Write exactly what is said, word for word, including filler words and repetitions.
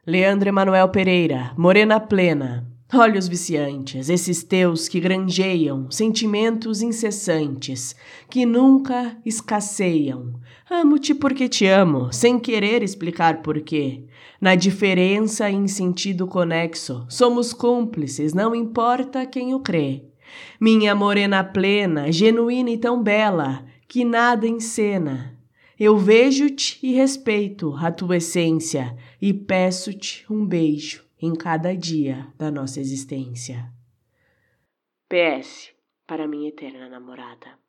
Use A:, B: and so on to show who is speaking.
A: Leandro Emanuel Pereira, morena plena, olhos viciantes, esses teus que granjeiam sentimentos incessantes, que nunca escasseiam. Amo-te porque te amo, sem querer explicar porquê. Na diferença e em sentido conexo, somos cúmplices, não importa quem o crê. Minha morena plena, genuína e tão bela, que nada encena. Eu vejo-te e respeito a tua essência e peço-te um beijo em cada dia da nossa existência. P S. Para minha eterna namorada.